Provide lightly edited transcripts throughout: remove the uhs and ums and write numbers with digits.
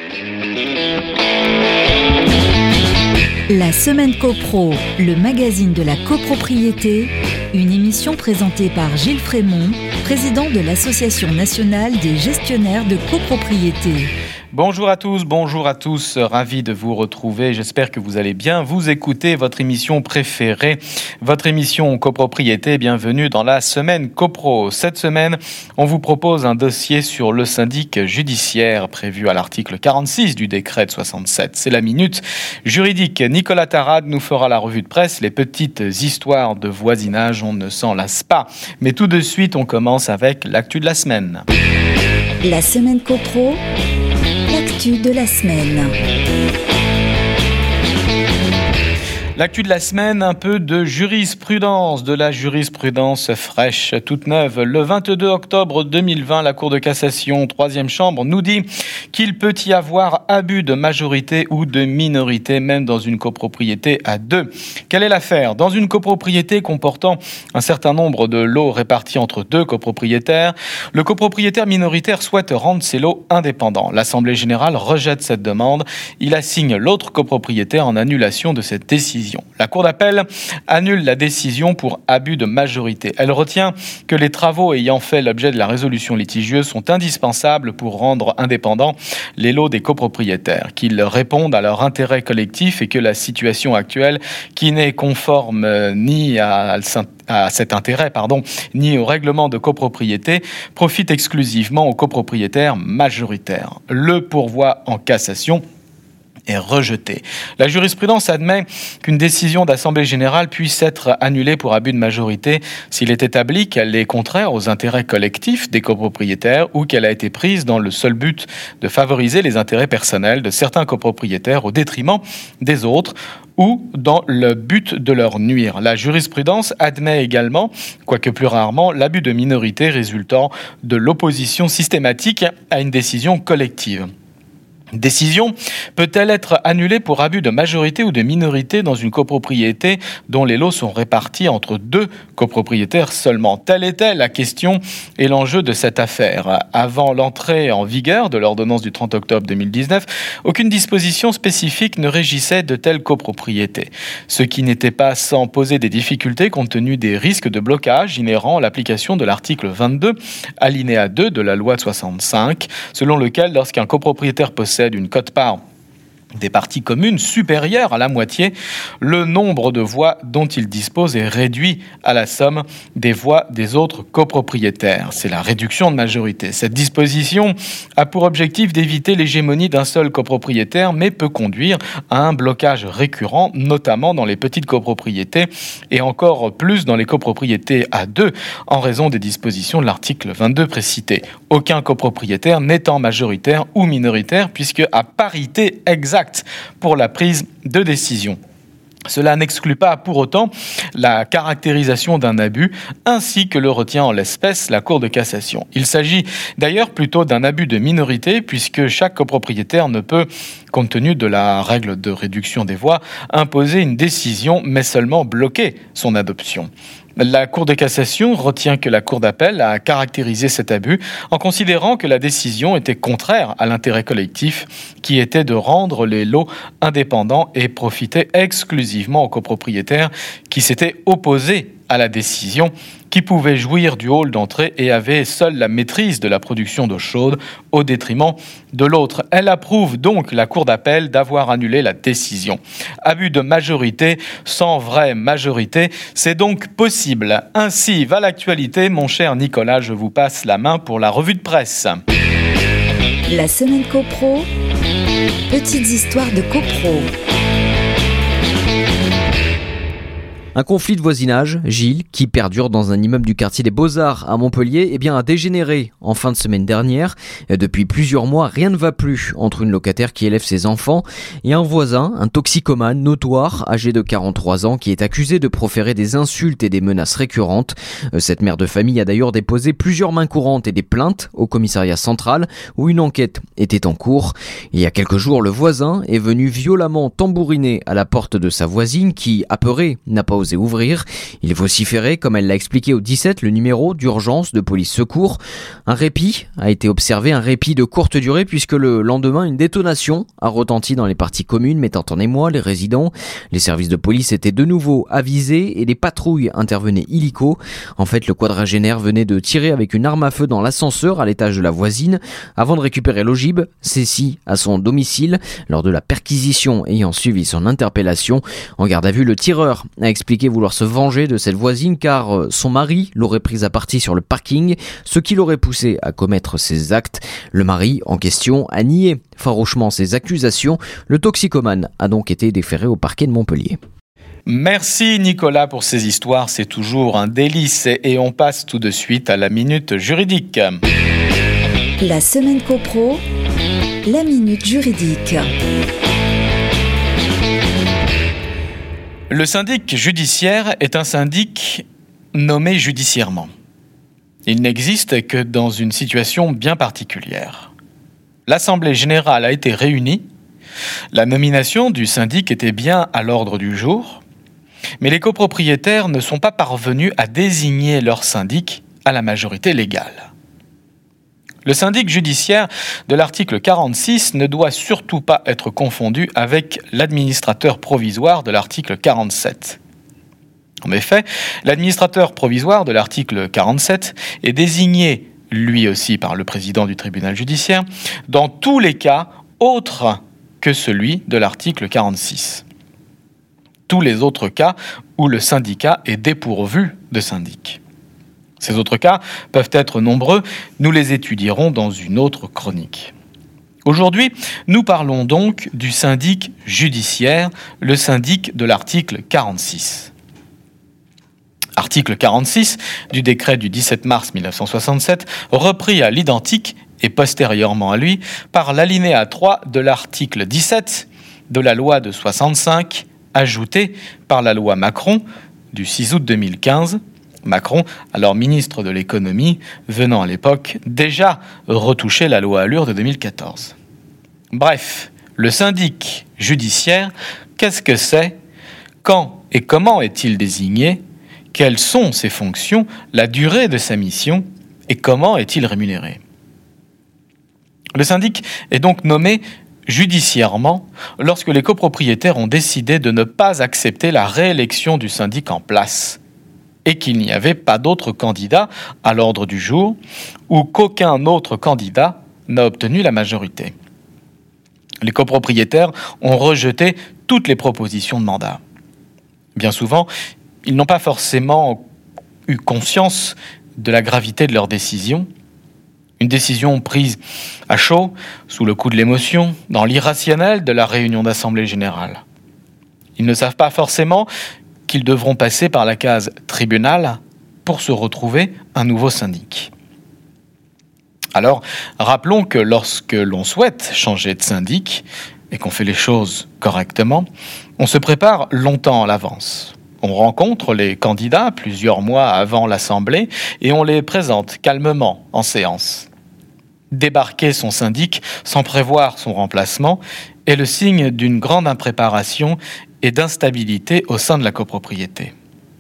La Semaine CoPro, le magazine de la copropriété, une émission présentée par Gilles Frémont, président de l'Association nationale des gestionnaires de copropriété. Bonjour à tous, ravi de vous retrouver. J'espère que vous allez bien. Vous écoutez votre émission préférée, votre émission copropriété. Bienvenue dans la Semaine CoPro. Cette semaine, on vous propose un dossier sur le syndic judiciaire prévu à l'article 46 du décret de 67. C'est la minute juridique. Nicolas Tarade nous fera la revue de presse, les petites histoires de voisinage, on ne s'en lasse pas. Mais tout de suite, on commence avec l'actu de la semaine. La Semaine CoPro, l'actu de la semaine. L'actu de la semaine, un peu de jurisprudence, de la jurisprudence fraîche, toute neuve. Le 22 octobre 2020, la Cour de cassation, 3e chambre, nous dit qu'il peut y avoir abus de majorité ou de minorité, même dans une copropriété à deux. Quelle est l'affaire ? Dans une copropriété comportant un certain nombre de lots répartis entre deux copropriétaires, le copropriétaire minoritaire souhaite rendre ses lots indépendants. L'Assemblée générale rejette cette demande. Il assigne l'autre copropriétaire en annulation de cette décision. La Cour d'appel annule la décision pour abus de majorité. Elle retient que les travaux ayant fait l'objet de la résolution litigieuse sont indispensables pour rendre indépendants les lots des copropriétaires, qu'ils répondent à leur intérêt collectif et que la situation actuelle, qui n'est conforme ni à cet intérêt, ni au règlement de copropriété, profite exclusivement aux copropriétaires majoritaires. Le pourvoi en cassation est rejeté. La jurisprudence admet qu'une décision d'Assemblée générale puisse être annulée pour abus de majorité s'il est établi qu'elle est contraire aux intérêts collectifs des copropriétaires ou qu'elle a été prise dans le seul but de favoriser les intérêts personnels de certains copropriétaires au détriment des autres ou dans le but de leur nuire. La jurisprudence admet également, quoique plus rarement, l'abus de minorité résultant de l'opposition systématique à une décision collective. Décision peut-elle être annulée pour abus de majorité ou de minorité dans une copropriété dont les lots sont répartis entre deux copropriétaires seulement ? Telle était la question et l'enjeu de cette affaire. Avant l'entrée en vigueur de l'ordonnance du 30 octobre 2019, aucune disposition spécifique ne régissait de telles copropriétés. Ce qui n'était pas sans poser des difficultés compte tenu des risques de blocage inhérents à l'application de l'article 22, alinéa 2 de la loi de 65, selon lequel lorsqu'un copropriétaire possède une quote-part des parties communes supérieures à la moitié, le nombre de voix dont il dispose est réduit à la somme des voix des autres copropriétaires. C'est la réduction de majorité. Cette disposition a pour objectif d'éviter l'hégémonie d'un seul copropriétaire, mais peut conduire à un blocage récurrent, notamment dans les petites copropriétés et encore plus dans les copropriétés à deux, en raison des dispositions de l'article 22 précité. Aucun copropriétaire n'étant majoritaire ou minoritaire, puisque à parité exacte pour la prise de décision. Cela n'exclut pas pour autant la caractérisation d'un abus, ainsi que le retient en l'espèce la Cour de cassation. Il s'agit d'ailleurs plutôt d'un abus de minorité, puisque chaque copropriétaire ne peut, compte tenu de la règle de réduction des voix, imposer une décision, mais seulement bloquer son adoption. La Cour de cassation retient que la Cour d'appel a caractérisé cet abus en considérant que la décision était contraire à l'intérêt collectif qui était de rendre les lots indépendants et profitait exclusivement aux copropriétaires qui s'étaient opposés à la décision, qui pouvaient jouir du hall d'entrée et avaient seule la maîtrise de la production d'eau chaude au détriment de l'autre. Elle approuve donc la Cour d'appel d'avoir annulé la décision. Abus de majorité sans vraie majorité, c'est donc possible. Ainsi va l'actualité. Mon cher Nicolas, je vous passe la main pour la revue de presse. La Semaine CoPro, petites histoires de copro. Un conflit de voisinage, Gilles, qui perdure dans un immeuble du quartier des Beaux-Arts à Montpellier, a dégénéré en fin de semaine dernière. Depuis plusieurs mois, rien ne va plus entre une locataire qui élève ses enfants et un voisin, un toxicomane notoire, âgé de 43 ans, qui est accusé de proférer des insultes et des menaces récurrentes. Cette mère de famille a d'ailleurs déposé plusieurs mains courantes et des plaintes au commissariat central où une enquête était en cours. Il y a quelques jours, le voisin est venu violemment tambouriner à la porte de sa voisine qui, apeurée, n'a pas osé osé ouvrir. Il vociférait, comme elle l'a expliqué au 17, le numéro d'urgence de police secours. Un répit a été observé, un répit de courte durée, puisque le lendemain, une détonation a retenti dans les parties communes, mettant en émoi les résidents. Les services de police étaient de nouveau avisés et les patrouilles intervenaient illico. En fait, le quadragénaire venait de tirer avec une arme à feu dans l'ascenseur à l'étage de la voisine avant de récupérer l'ogive, saisie à son domicile lors de la perquisition ayant suivi son interpellation. En garde à vue, le tireur a expliqué vouloir se venger de cette voisine car son mari l'aurait prise à partie sur le parking, ce qui l'aurait poussé à commettre ces actes. Le mari en question a nié farouchement ces accusations. Le toxicomane a donc été déféré au parquet de Montpellier. Merci Nicolas pour ces histoires, c'est toujours un délice et on passe tout de suite à la minute juridique. La semaine copro, la minute juridique. Le syndic judiciaire est un syndic nommé judiciairement. Il n'existe que dans une situation bien particulière. L'Assemblée générale a été réunie, la nomination du syndic était bien à l'ordre du jour, mais les copropriétaires ne sont pas parvenus à désigner leur syndic à la majorité légale. Le syndic judiciaire de l'article 46 ne doit surtout pas être confondu avec l'administrateur provisoire de l'article 47. En effet, l'administrateur provisoire de l'article 47 est désigné, lui aussi par le président du tribunal judiciaire, dans tous les cas autres que celui de l'article 46. Tous les autres cas où le syndicat est dépourvu de syndic. Ces autres cas peuvent être nombreux, nous les étudierons dans une autre chronique. Aujourd'hui, nous parlons donc du syndic judiciaire, le syndic de l'article 46. Article 46 du décret du 17 mars 1967, repris à l'identique et postérieurement à lui par l'alinéa 3 de l'article 17 de la loi de 65, ajouté par la loi Macron du 6 août 2015, Macron, alors ministre de l'économie, venant à l'époque déjà retoucher la loi Allure de 2014. Bref, le syndic judiciaire, qu'est-ce que c'est ? Quand et comment est-il désigné ? Quelles sont ses fonctions ? La durée de sa mission ? Et comment est-il rémunéré ? Le syndic est donc nommé judiciairement lorsque les copropriétaires ont décidé de ne pas accepter la réélection du syndic en place et qu'il n'y avait pas d'autre candidat à l'ordre du jour ou qu'aucun autre candidat n'a obtenu la majorité. Les copropriétaires ont rejeté toutes les propositions de mandat. Bien souvent, ils n'ont pas forcément eu conscience de la gravité de leur décision. Une décision prise à chaud, sous le coup de l'émotion, dans l'irrationnel de la réunion d'assemblée générale. Ils ne savent pas forcément qu'ils devront passer par la case tribunal pour se retrouver un nouveau syndic. Alors, rappelons que lorsque l'on souhaite changer de syndic et qu'on fait les choses correctement, on se prépare longtemps à l'avance. On rencontre les candidats plusieurs mois avant l'assemblée et on les présente calmement en séance. Débarquer son syndic sans prévoir son remplacement est le signe d'une grande impréparation et d'instabilité au sein de la copropriété.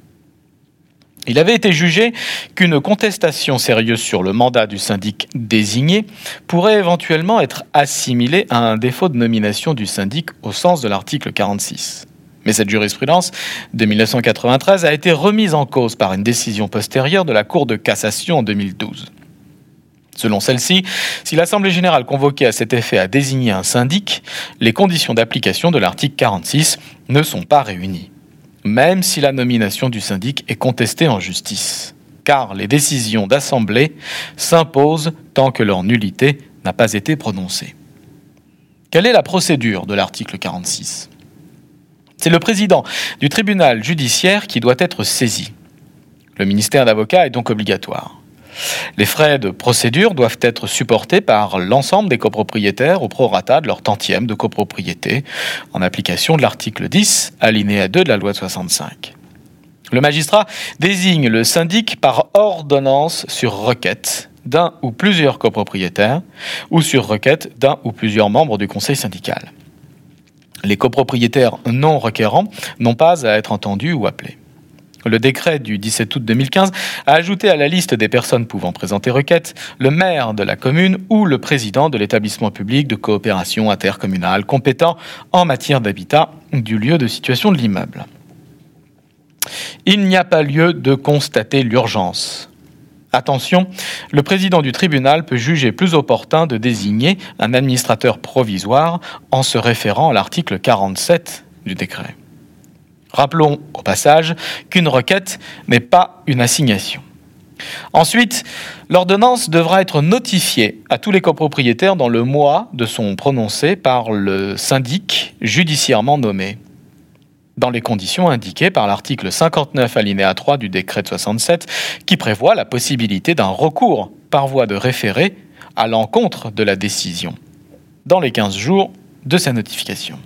Il avait été jugé qu'une contestation sérieuse sur le mandat du syndic désigné pourrait éventuellement être assimilée à un défaut de nomination du syndic au sens de l'article 46. Mais cette jurisprudence de 1993 a été remise en cause par une décision postérieure de la Cour de cassation en 2012. Selon celle-ci, si l'Assemblée générale convoquée à cet effet a désigné un syndic, les conditions d'application de l'article 46 ne sont pas réunies, même si la nomination du syndic est contestée en justice, car les décisions d'Assemblée s'imposent tant que leur nullité n'a pas été prononcée. Quelle est la procédure de l'article 46 ? C'est le président du tribunal judiciaire qui doit être saisi. Le ministère d'avocat est donc obligatoire. Les frais de procédure doivent être supportés par l'ensemble des copropriétaires au prorata de leur tantième de copropriété, en application de l'article 10, alinéa 2 de la loi de 65. Le magistrat désigne le syndic par ordonnance sur requête d'un ou plusieurs copropriétaires ou sur requête d'un ou plusieurs membres du conseil syndical. Les copropriétaires non requérants n'ont pas à être entendus ou appelés. Le décret du 17 août 2015 a ajouté à la liste des personnes pouvant présenter requête le maire de la commune ou le président de l'établissement public de coopération intercommunale compétent en matière d'habitat du lieu de situation de l'immeuble. Il n'y a pas lieu de constater l'urgence. Attention, le président du tribunal peut juger plus opportun de désigner un administrateur provisoire en se référant à l'article 47 du décret. Rappelons au passage qu'une requête n'est pas une assignation. Ensuite, l'ordonnance devra être notifiée à tous les copropriétaires dans le mois de son prononcé par le syndic judiciairement nommé, dans les conditions indiquées par l'article 59 alinéa 3 du décret de 67 qui prévoit la possibilité d'un recours par voie de référé à l'encontre de la décision dans les 15 jours de sa notification.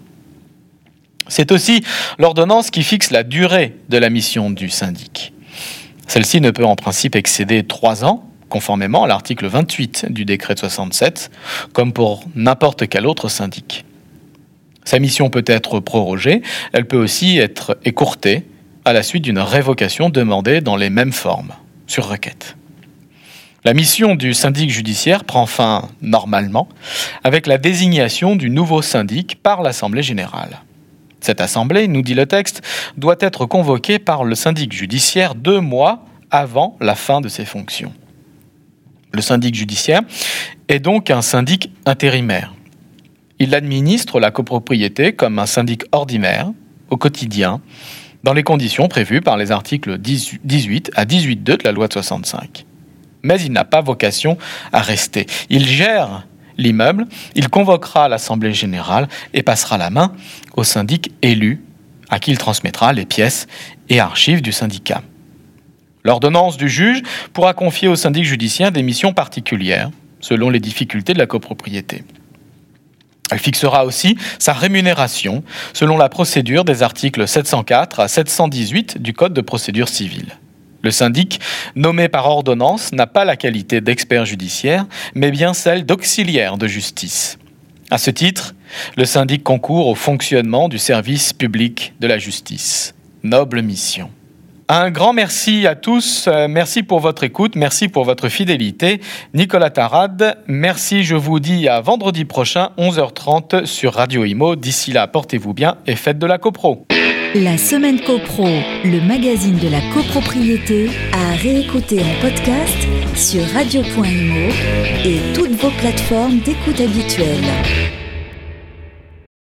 C'est aussi l'ordonnance qui fixe la durée de la mission du syndic. Celle-ci ne peut en principe excéder 3 ans, conformément à l'article 28 du décret de 67, comme pour n'importe quel autre syndic. Sa mission peut être prorogée, elle peut aussi être écourtée à la suite d'une révocation demandée dans les mêmes formes, sur requête. La mission du syndic judiciaire prend fin normalement avec la désignation du nouveau syndic par l'Assemblée générale. Cette assemblée, nous dit le texte, doit être convoquée par le syndic judiciaire 2 mois avant la fin de ses fonctions. Le syndic judiciaire est donc un syndic intérimaire. Il administre la copropriété comme un syndic ordinaire, au quotidien, dans les conditions prévues par les articles 18 à 18.2 de la loi de 65. Mais il n'a pas vocation à rester. Il gère l'immeuble, il convoquera l'Assemblée générale et passera la main au syndic élu, à qui il transmettra les pièces et archives du syndicat. L'ordonnance du juge pourra confier au syndic judiciaire des missions particulières, selon les difficultés de la copropriété. Elle fixera aussi sa rémunération selon la procédure des articles 704 à 718 du Code de procédure civile. Le syndic, nommé par ordonnance, n'a pas la qualité d'expert judiciaire, mais bien celle d'auxiliaire de justice. À ce titre, le syndic concourt au fonctionnement du service public de la justice. Noble mission. Un grand merci à tous, merci pour votre écoute, merci pour votre fidélité. Nicolas Tarade, merci, je vous dis à vendredi prochain, 11h30 sur Radio Imo. D'ici là, portez-vous bien et faites de la copro. La Semaine Copro, le magazine de la copropriété, à réécouter en podcast sur radio.imo et toutes vos plateformes d'écoute habituelles.